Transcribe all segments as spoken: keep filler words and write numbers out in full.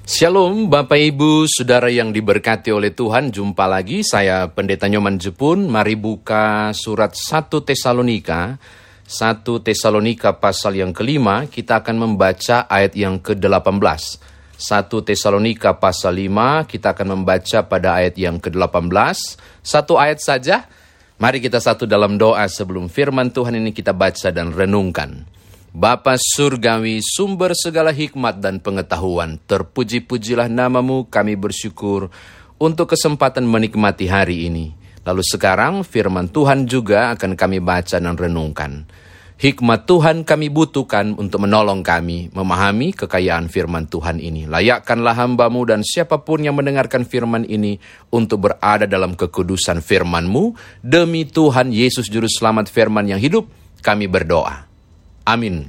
Shalom Bapak Ibu, Saudara yang diberkati oleh Tuhan. Jumpa lagi, saya Pendeta Nyoman Jepun. Mari buka surat satu Tesalonika. satu Tesalonika pasal yang kelima, kita akan membaca ayat yang ke delapan belas. satu Tesalonika pasal lima, kita akan membaca pada ayat yang ke delapan belas. Satu ayat saja. Mari kita satu dalam doa sebelum firman Tuhan ini kita baca dan renungkan. Bapa surgawi, sumber segala hikmat dan pengetahuan, terpuji-pujilah namamu, kami bersyukur untuk kesempatan menikmati hari ini. Lalu sekarang firman Tuhan juga akan kami baca dan renungkan. Hikmat Tuhan kami butuhkan untuk menolong kami memahami kekayaan firman Tuhan ini. Layakkanlah hamba-Mu dan siapapun yang mendengarkan firman ini untuk berada dalam kekudusan firman-Mu. Demi Tuhan Yesus Juru Selamat firman yang hidup, kami berdoa. Amin.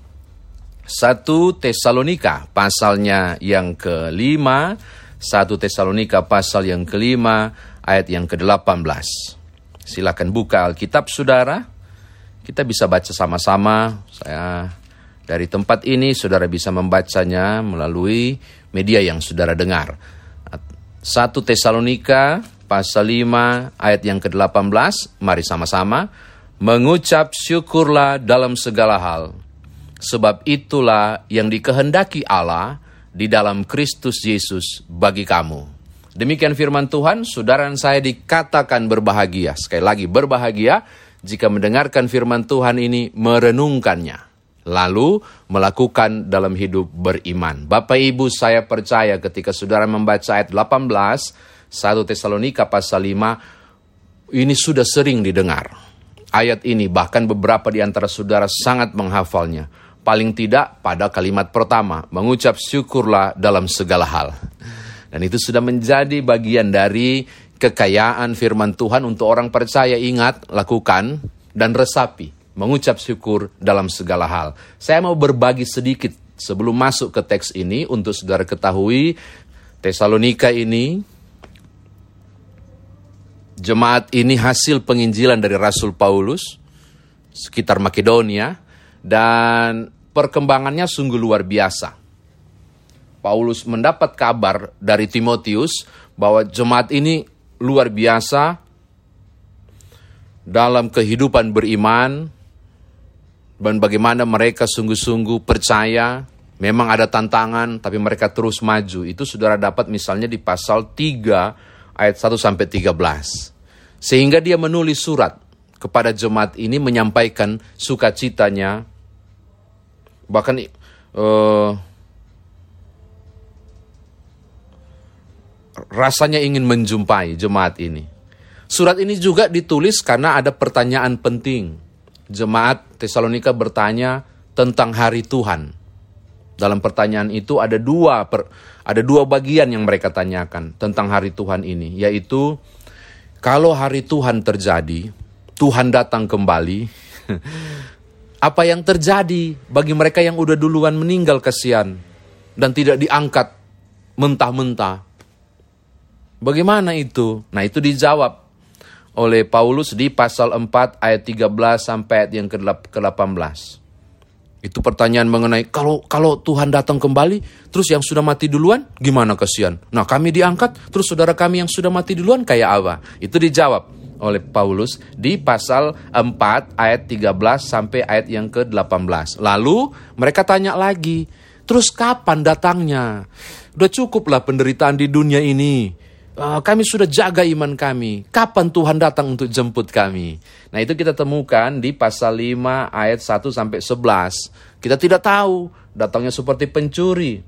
satu Tesalonika pasalnya yang kelima. satu Tesalonika pasal yang kelima ayat yang ke delapan belas. Silakan buka Alkitab saudara. Kita bisa baca sama-sama. Saya dari tempat ini saudara bisa membacanya melalui media yang saudara dengar. satu Tesalonika pasal lima ayat yang ke delapan belas. Mari sama-sama. Mengucap syukurlah dalam segala hal, sebab itulah yang dikehendaki Allah di dalam Kristus Yesus bagi kamu. Demikian firman Tuhan, saudara dan saya dikatakan berbahagia. Sekali lagi berbahagia jika mendengarkan firman Tuhan ini, merenungkannya, lalu melakukan dalam hidup beriman. Bapak Ibu, saya percaya ketika saudara membaca ayat delapan belas, satu Tesalonika pasal lima, ini sudah sering didengar. Ayat ini bahkan beberapa di antara saudara sangat menghafalnya. Paling tidak pada kalimat pertama, mengucap syukurlah dalam segala hal. Dan itu sudah menjadi bagian dari kekayaan firman Tuhan untuk orang percaya. Ingat, lakukan dan resapi. Mengucap syukur dalam segala hal. Saya mau berbagi sedikit sebelum masuk ke teks ini untuk saudara ketahui Tesalonika ini, jemaat ini hasil penginjilan dari Rasul Paulus sekitar Makedonia dan perkembangannya sungguh luar biasa. Paulus mendapat kabar dari Timotius bahwa jemaat ini luar biasa dalam kehidupan beriman dan bagaimana mereka sungguh-sungguh percaya. Memang ada tantangan tapi mereka terus maju. Itu saudara dapat misalnya di pasal tiga ayat satu sampai tiga belas. Sehingga dia menulis surat kepada jemaat ini menyampaikan sukacitanya. Bahkan uh, rasanya ingin menjumpai jemaat ini. Surat ini juga ditulis karena ada pertanyaan penting. Jemaat Tesalonika bertanya tentang hari Tuhan. Dalam pertanyaan itu ada dua per, ada dua bagian yang mereka tanyakan tentang hari Tuhan ini, yaitu kalau hari Tuhan terjadi, Tuhan datang kembali, apa yang terjadi bagi mereka yang udah duluan meninggal kasihan dan tidak diangkat mentah-mentah? Bagaimana itu? Nah, itu dijawab oleh Paulus di pasal empat ayat tiga belas sampai ayat yang ke delapan belas. Itu pertanyaan mengenai kalau kalau Tuhan datang kembali, terus yang sudah mati duluan gimana kasihan? Nah, kami diangkat, terus saudara kami yang sudah mati duluan kayak apa? Itu dijawab oleh Paulus di pasal empat ayat tiga belas sampai ayat yang ke delapan belas. Lalu mereka tanya lagi, terus kapan datangnya? Udah cukuplah penderitaan di dunia ini. Uh, kami sudah jaga iman kami. Kapan Tuhan datang untuk jemput kami? Nah, itu kita temukan di pasal lima ayat satu sampai sebelas. Kita tidak tahu, datangnya seperti pencuri.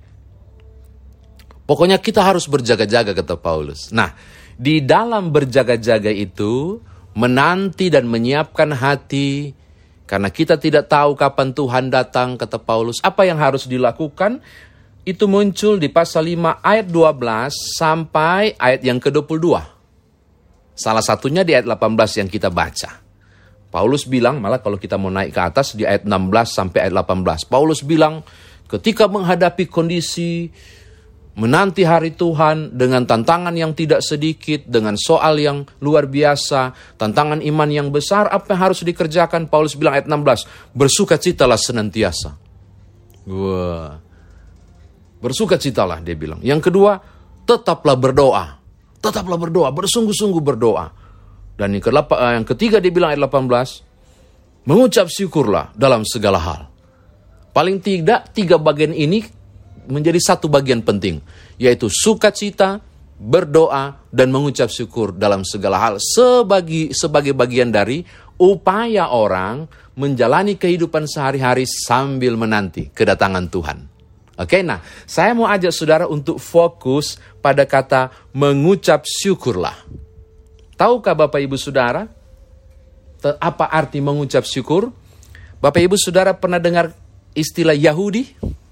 Pokoknya kita harus berjaga-jaga, kata Paulus. Nah, di dalam berjaga-jaga itu menanti dan menyiapkan hati, karena kita tidak tahu kapan Tuhan datang, kata Paulus. Apa yang harus dilakukan? Itu muncul di pasal lima ayat dua belas sampai ayat yang ke dua puluh dua. Salah satunya di ayat delapan belas yang kita baca. Paulus bilang, malah kalau kita mau naik ke atas di ayat enam belas sampai ayat delapan belas. Paulus bilang, ketika menghadapi kondisi menanti hari Tuhan dengan tantangan yang tidak sedikit, dengan soal yang luar biasa, tantangan iman yang besar, apa yang harus dikerjakan? Paulus bilang ayat enam belas, bersukacitalah senantiasa. Wah. Bersukacitalah, dia bilang. Yang kedua, tetaplah berdoa. Tetaplah berdoa, bersungguh-sungguh berdoa. Dan yang, kedelapan, yang ketiga dia bilang ayat delapan belas, mengucap syukurlah dalam segala hal. Paling tidak, tiga bagian ini menjadi satu bagian penting, yaitu sukacita, berdoa, dan mengucap syukur dalam segala hal. Sebagai, sebagai bagian dari upaya orang menjalani kehidupan sehari-hari sambil menanti kedatangan Tuhan. Oke, nah saya mau ajak saudara untuk fokus pada kata mengucap syukurlah. Tahukah Bapak Ibu Saudara apa arti mengucap syukur? Bapak Ibu Saudara pernah dengar istilah Yahudi?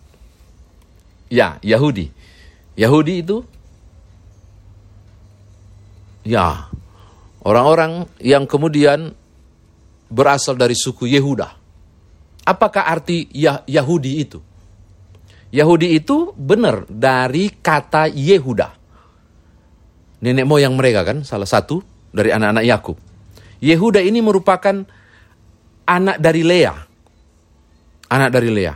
Ya, Yahudi. Yahudi itu ya orang-orang yang kemudian berasal dari suku Yehuda. Apakah arti Yah- Yahudi itu? Yahudi itu benar dari kata Yehuda. Nenek moyang mereka kan, salah satu dari anak-anak Yakub. Yehuda ini merupakan anak dari Lea. Anak dari Lea.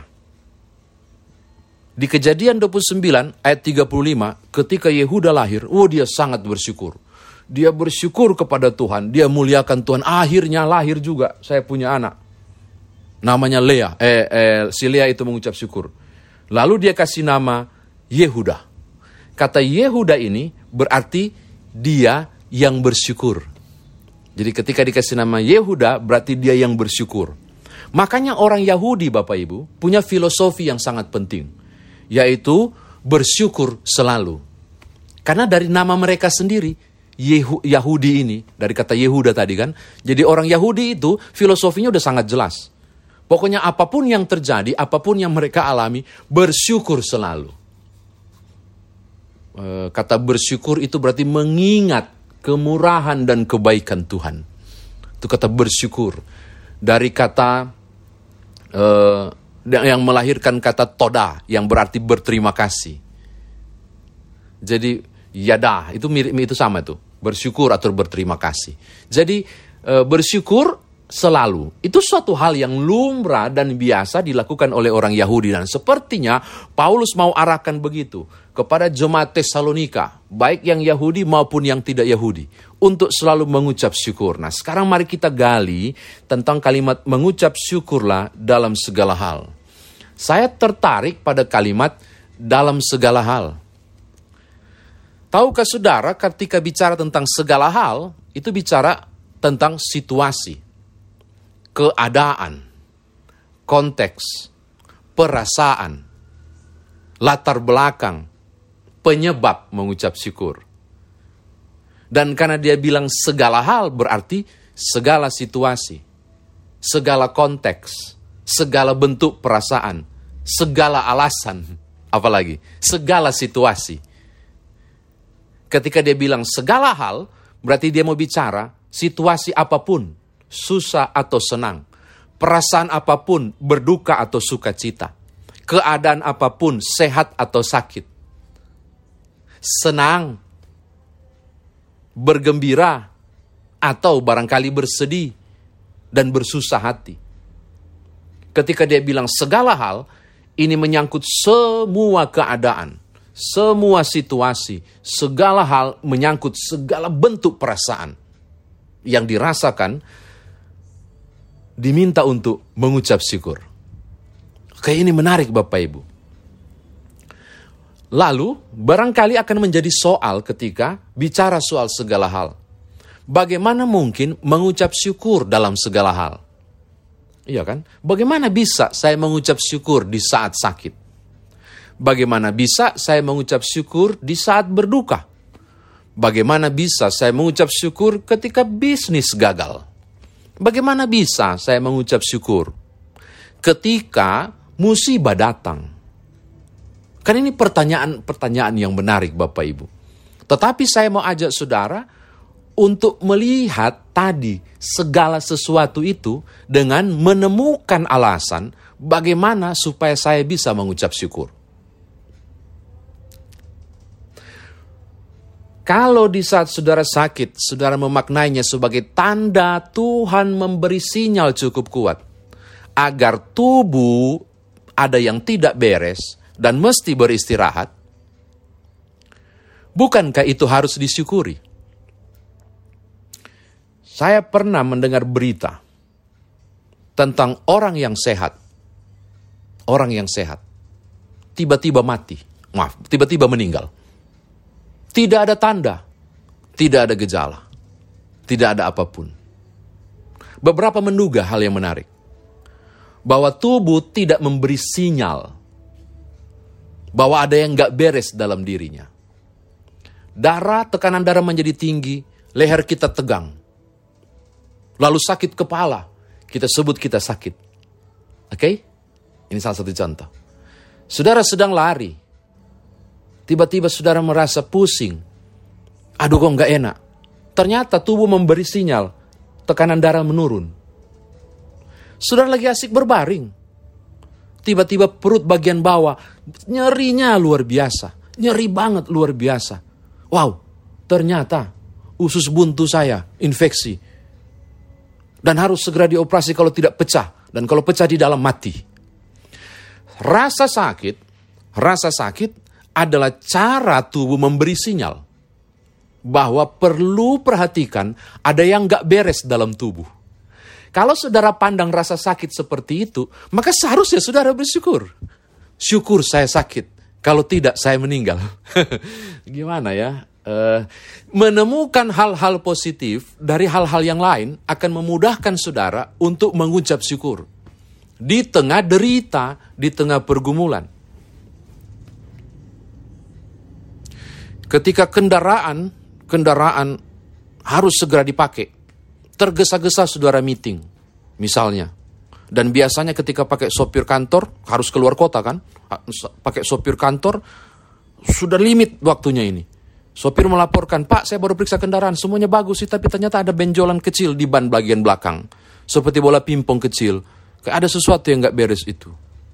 Di Kejadian dua puluh sembilan ayat tiga puluh lima, ketika Yehuda lahir, oh dia sangat bersyukur. Dia bersyukur kepada Tuhan, dia muliakan Tuhan. Akhirnya lahir juga, saya punya anak. Namanya Lea, eh, eh, si Lea itu mengucap syukur. Lalu dia kasih nama Yehuda. Kata Yehuda ini berarti dia yang bersyukur. Jadi ketika dikasih nama Yehuda berarti dia yang bersyukur. Makanya orang Yahudi Bapak Ibu punya filosofi yang sangat penting. Yaitu bersyukur selalu. Karena dari nama mereka sendiri, Yehu, Yahudi ini, dari kata Yehuda tadi kan. Jadi orang Yahudi itu filosofinya udah sangat jelas. Pokoknya apapun yang terjadi, apapun yang mereka alami, bersyukur selalu. E, kata bersyukur itu berarti mengingat kemurahan dan kebaikan Tuhan. Itu kata bersyukur. Dari kata e, yang melahirkan kata toda, yang berarti berterima kasih. Jadi yada, itu mirip itu sama tuh. Bersyukur atau berterima kasih. Jadi e, bersyukur selalu. Itu suatu hal yang lumrah dan biasa dilakukan oleh orang Yahudi. Dan sepertinya Paulus mau arahkan begitu kepada jemaat Tesalonika, baik yang Yahudi maupun yang tidak Yahudi, untuk selalu mengucap syukur. Nah sekarang mari kita gali tentang kalimat mengucap syukurlah dalam segala hal. Saya tertarik pada kalimat dalam segala hal. Tahukah saudara ketika bicara tentang segala hal, itu bicara tentang situasi, keadaan, konteks, perasaan, latar belakang, penyebab mengucap syukur. Dan karena dia bilang segala hal berarti segala situasi, segala konteks, segala bentuk perasaan, segala alasan, apalagi segala situasi. Ketika dia bilang segala hal, berarti dia mau bicara situasi apapun, susah atau senang, perasaan apapun, berduka atau sukacita, keadaan apapun, sehat atau sakit, senang, bergembira, atau barangkali bersedih dan bersusah hati. Ketika dia bilang segala hal, ini menyangkut semua keadaan, semua situasi, segala hal, menyangkut segala bentuk perasaan yang dirasakan, diminta untuk mengucap syukur. Oke, ini menarik Bapak Ibu. Lalu, barangkali akan menjadi soal ketika bicara soal segala hal. Bagaimana mungkin mengucap syukur dalam segala hal? Iya kan? Bagaimana bisa saya mengucap syukur di saat sakit? Bagaimana bisa saya mengucap syukur di saat berduka? Bagaimana bisa saya mengucap syukur ketika bisnis gagal? Bagaimana bisa saya mengucap syukur ketika musibah datang? Kan ini pertanyaan-pertanyaan yang menarik Bapak Ibu. Tetapi saya mau ajak saudara untuk melihat tadi segala sesuatu itu dengan menemukan alasan bagaimana supaya saya bisa mengucap syukur. Kalau di saat saudara sakit, saudara memaknainya sebagai tanda Tuhan memberi sinyal cukup kuat agar tubuh ada yang tidak beres, dan mesti beristirahat, bukankah itu harus disyukuri? Saya pernah mendengar berita tentang orang yang sehat. Orang yang sehat. Tiba-tiba mati. Maaf, tiba-tiba meninggal. Tidak ada tanda. Tidak ada gejala. Tidak ada apapun. Beberapa menduga hal yang menarik. Bahwa tubuh tidak memberi sinyal. Bahwa ada yang gak beres dalam dirinya. Darah, tekanan darah menjadi tinggi. Leher kita tegang. Lalu sakit kepala, kita sebut kita sakit. Oke? Okay? Ini salah satu contoh. Saudara sedang lari. Tiba-tiba saudara merasa pusing. Aduh kok gak enak. Ternyata tubuh memberi sinyal. Tekanan darah menurun. Saudara lagi asik berbaring. Tiba-tiba perut bagian bawah. Nyerinya luar biasa. Nyeri banget luar biasa. Wow, ternyata usus buntu saya infeksi. Dan harus segera dioperasi kalau tidak pecah. Dan kalau pecah di dalam mati. Rasa sakit, rasa sakit adalah cara tubuh memberi sinyal. Bahwa perlu perhatikan ada yang gak beres dalam tubuh. Kalau saudara pandang rasa sakit seperti itu, maka seharusnya saudara bersyukur. Syukur saya sakit, kalau tidak saya meninggal. Gimana ya? Uh, menemukan hal-hal positif dari hal-hal yang lain akan memudahkan saudara untuk mengucap syukur di tengah derita, di tengah pergumulan. Ketika kendaraan kendaraan harus segera dipakai, tergesa-gesa saudara meeting misalnya, dan biasanya ketika pakai sopir kantor harus keluar kota kan, pakai sopir kantor sudah limit waktunya ini. Sopir melaporkan, Pak saya baru periksa kendaraan, semuanya bagus sih, tapi ternyata ada benjolan kecil di ban bagian belakang. Seperti bola pimpong kecil. Kayak ada sesuatu yang gak beres itu.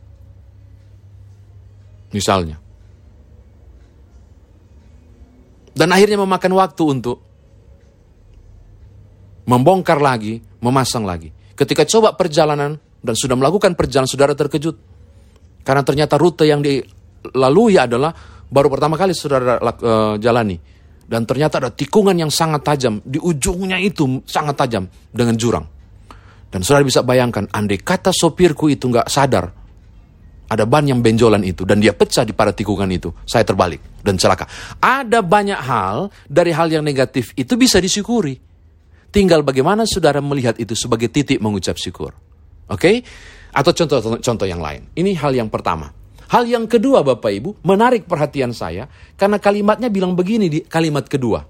Misalnya. Dan akhirnya memakan waktu untuk membongkar lagi, memasang lagi. Ketika coba perjalanan, dan sudah melakukan perjalanan, saudara terkejut. Karena ternyata rute yang dilalui adalah baru pertama kali saudara uh, jalani. Dan ternyata ada tikungan yang sangat tajam. Di ujungnya itu sangat tajam dengan jurang. Dan saudara bisa bayangkan, andai kata sopirku itu gak sadar, ada ban yang benjolan itu, dan dia pecah di pada tikungan itu, saya terbalik dan celaka. Ada banyak hal dari hal yang negatif itu bisa disyukuri. Tinggal bagaimana saudara melihat itu sebagai titik mengucap syukur. Oke? Okay? Atau contoh-contoh yang lain. Ini hal yang pertama. Hal yang kedua Bapak Ibu, menarik perhatian saya, karena kalimatnya bilang begini di kalimat kedua.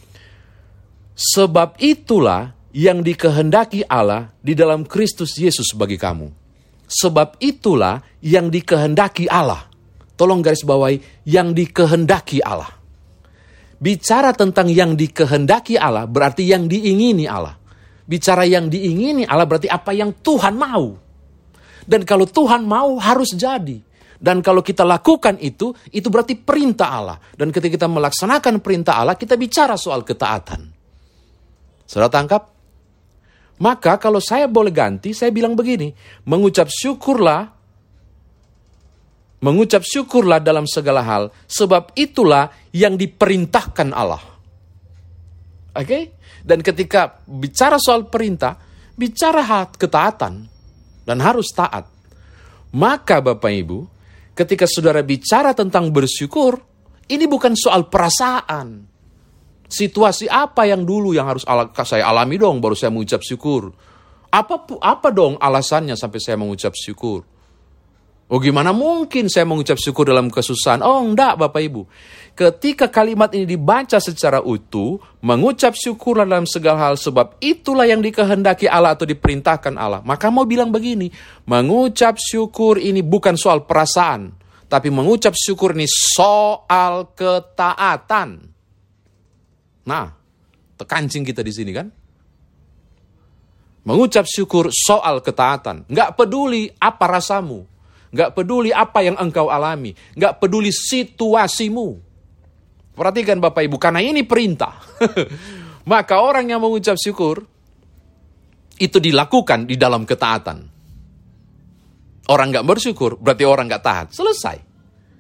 Sebab itulah yang dikehendaki Allah di dalam Kristus Yesus bagi kamu. Sebab itulah yang dikehendaki Allah. Tolong garis bawahi, yang dikehendaki Allah. Bicara tentang yang dikehendaki Allah, berarti yang diingini Allah. Bicara yang diingini Allah, berarti apa yang Tuhan mau. Dan kalau Tuhan mau, harus jadi. Dan kalau kita lakukan itu, itu berarti perintah Allah. Dan ketika kita melaksanakan perintah Allah, kita bicara soal ketaatan. Saudara tangkap? Maka kalau saya boleh ganti, saya bilang begini. Mengucap syukurlah, mengucap syukurlah dalam segala hal, sebab itulah yang diperintahkan Allah. Oke? Okay? Dan ketika bicara soal perintah, bicara hak ketaatan. Dan harus taat. Maka Bapak Ibu, ketika saudara bicara tentang bersyukur, ini bukan soal perasaan. Situasi apa yang dulu yang harus saya alami dong, baru saya mengucap syukur. Apa, apa dong alasannya sampai saya mengucap syukur? Oh gimana mungkin saya mengucap syukur dalam kesusahan? Oh enggak Bapak Ibu. Ketika kalimat ini dibaca secara utuh, mengucap syukurlah dalam segala hal, sebab itulah yang dikehendaki Allah atau diperintahkan Allah. Maka mau bilang begini, mengucap syukur ini bukan soal perasaan, tapi mengucap syukur ini soal ketaatan. Nah, tekancing kita di sini kan? Mengucap syukur soal ketaatan. Nggak peduli apa rasamu. Nggak peduli apa yang engkau alami. Nggak peduli situasimu. Perhatikan Bapak Ibu, karena ini perintah. Maka orang yang mengucap syukur, itu dilakukan di dalam ketaatan. Orang nggak bersyukur, berarti orang nggak taat. Selesai.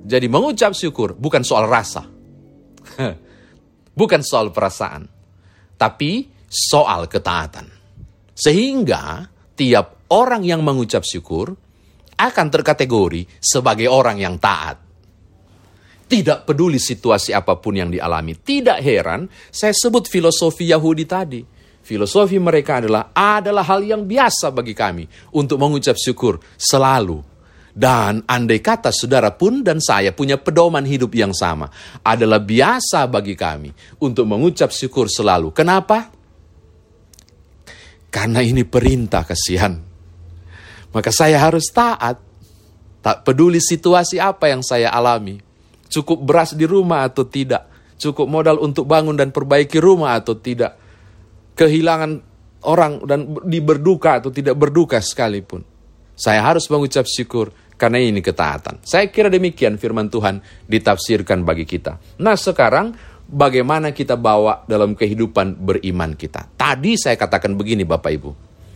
Jadi mengucap syukur bukan soal rasa. Bukan soal perasaan. Tapi soal ketaatan. Sehingga tiap orang yang mengucap syukur akan terkategori sebagai orang yang taat. Tidak peduli situasi apapun yang dialami. Tidak heran saya sebut filosofi Yahudi tadi. Filosofi mereka adalah adalah hal yang biasa bagi kami untuk mengucap syukur selalu. Dan andai kata saudara pun dan saya punya pedoman hidup yang sama, adalah biasa bagi kami untuk mengucap syukur selalu. Kenapa? Karena ini perintah, kasihan. Maka saya harus taat. Tak peduli situasi apa yang saya alami. Cukup beras di rumah atau tidak. Cukup modal untuk bangun dan perbaiki rumah atau tidak. Kehilangan orang dan di berduka atau tidak berduka sekalipun. Saya harus mengucap syukur karena ini ketaatan. Saya kira demikian firman Tuhan ditafsirkan bagi kita. Nah sekarang bagaimana kita bawa dalam kehidupan beriman kita. Tadi saya katakan begini Bapak Ibu.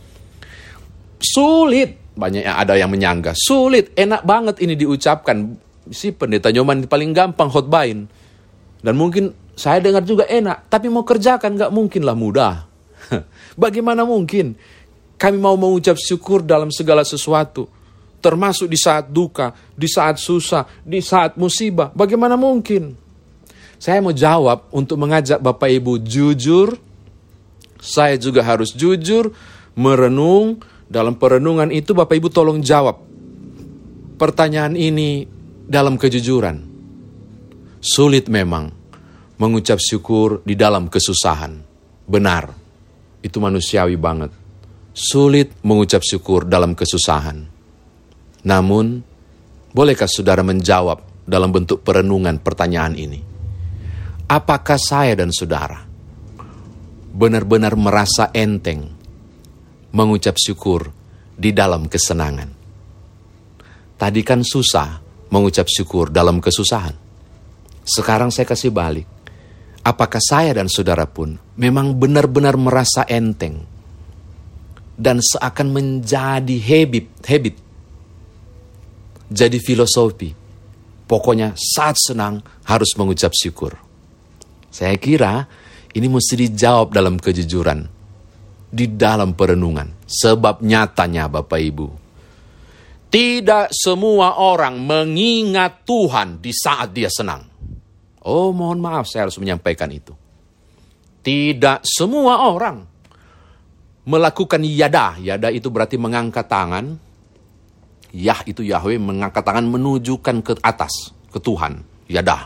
Sulit, banyak yang ada yang menyanggah. Sulit, enak banget ini diucapkan. Si pendeta Nyoman paling gampang khotbahin. Dan mungkin saya dengar juga enak. Tapi mau kerjakan gak mungkin lah mudah. Bagaimana mungkin kami mau mengucap syukur dalam segala sesuatu, termasuk di saat duka, di saat susah, di saat musibah. Bagaimana mungkin? Saya mau jawab untuk mengajak Bapak Ibu jujur. Saya juga harus jujur, merenung. Dalam perenungan itu Bapak Ibu tolong jawab pertanyaan ini dalam kejujuran. Sulit memang mengucap syukur di dalam kesusahan. Benar. Itu manusiawi banget. Sulit mengucap syukur dalam kesusahan. Namun, bolehkah saudara menjawab dalam bentuk perenungan pertanyaan ini? Apakah saya dan saudara benar-benar merasa enteng mengucap syukur di dalam kesenangan? Tadi kan susah mengucap syukur dalam kesusahan. Sekarang saya kasih balik. Apakah saya dan saudara pun memang benar-benar merasa enteng dan seakan menjadi habit, habit, jadi filosofi. Pokoknya saat senang harus mengucap syukur. Saya kira ini mesti dijawab dalam kejujuran, di dalam perenungan. Sebab nyatanya Bapak Ibu, tidak semua orang mengingat Tuhan di saat dia senang. Oh mohon maaf saya harus menyampaikan itu. Tidak semua orang melakukan yada. Yada itu berarti mengangkat tangan. Yah itu Yahweh, mengangkat tangan menunjukkan ke atas, ke Tuhan. Yada.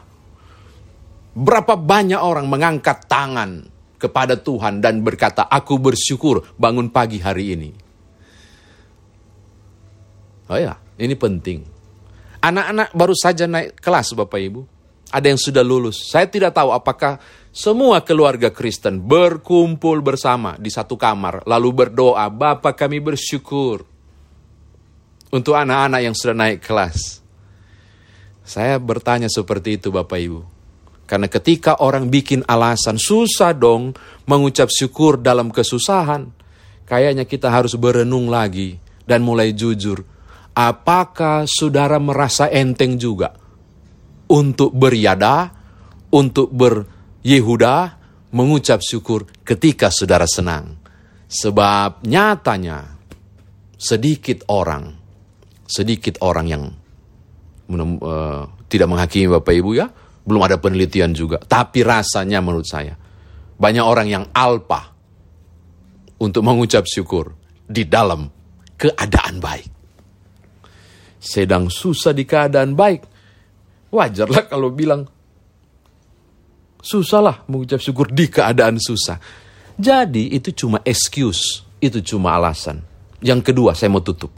Berapa banyak orang mengangkat tangan kepada Tuhan dan berkata, aku bersyukur bangun pagi hari ini. Oh ya, ini penting. Anak-anak baru saja naik kelas Bapak Ibu. Ada yang sudah lulus. Saya tidak tahu apakah semua keluarga Kristen berkumpul bersama di satu kamar. Lalu berdoa, Bapa kami bersyukur untuk anak-anak yang sudah naik kelas. Saya bertanya seperti itu Bapak Ibu. Karena ketika orang bikin alasan, susah dong mengucap syukur dalam kesusahan. Kayaknya kita harus berenung lagi dan mulai jujur. Apakah saudara merasa enteng juga untuk beryada, untuk beryehuda, mengucap syukur ketika saudara senang? Sebab nyatanya sedikit orang, sedikit orang yang menem, uh, tidak menghakimi Bapak Ibu ya, belum ada penelitian juga. Tapi rasanya menurut saya, banyak orang yang alpa untuk mengucap syukur di dalam keadaan baik. Sedang susah di keadaan baik, wajarlah kalau bilang, susahlah mengucap syukur di keadaan susah. Jadi itu cuma excuse, itu cuma alasan. Yang kedua saya mau tutup.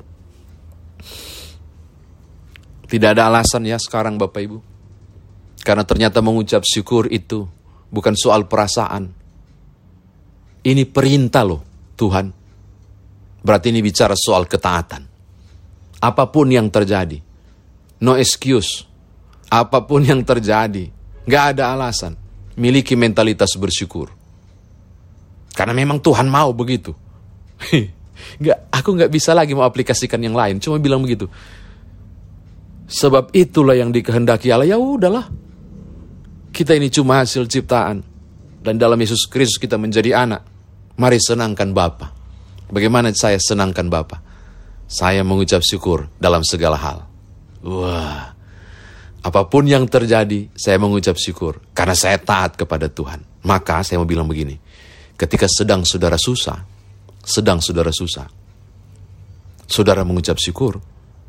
Tidak ada alasan ya sekarang Bapak Ibu. Karena ternyata mengucap syukur itu bukan soal perasaan. Ini perintah loh Tuhan. Berarti ini bicara soal ketaatan. Apapun yang terjadi, no excuse. Apapun yang terjadi, gak ada alasan. Miliki mentalitas bersyukur. Karena memang Tuhan mau begitu. Gak, aku gak bisa lagi mau aplikasikan yang lain. Cuma bilang begitu. Sebab itulah yang dikehendaki Allah. Ya udahlah, kita ini cuma hasil ciptaan, dan dalam Yesus Kristus kita menjadi anak. Mari senangkan Bapa. Bagaimana saya senangkan Bapa? Saya mengucap syukur dalam segala hal. Wah, apapun yang terjadi, saya mengucap syukur karena saya taat kepada Tuhan. Maka saya mau bilang begini, ketika sedang saudara susah, sedang saudara susah, saudara mengucap syukur.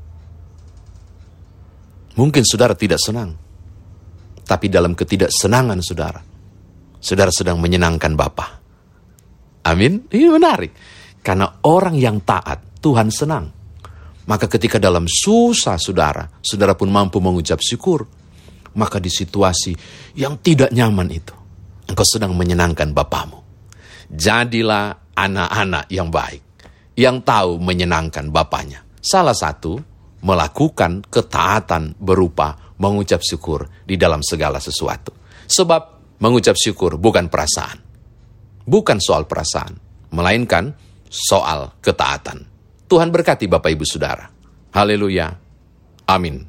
Mungkin saudara tidak senang, tapi dalam ketidaksenangan saudara, saudara sedang menyenangkan Bapa. Amin. Ini menarik. Karena orang yang taat, Tuhan senang. Maka ketika dalam susah saudara, saudara pun mampu mengucap syukur. Maka di situasi yang tidak nyaman itu, engkau sedang menyenangkan Bapamu. Jadilah anak-anak yang baik, yang tahu menyenangkan Bapanya. Salah satu, melakukan ketaatan berupa mengucap syukur di dalam segala sesuatu. Sebab mengucap syukur bukan perasaan. Bukan soal perasaan, melainkan soal ketaatan. Tuhan berkati Bapak Ibu Saudara. Haleluya. Amin.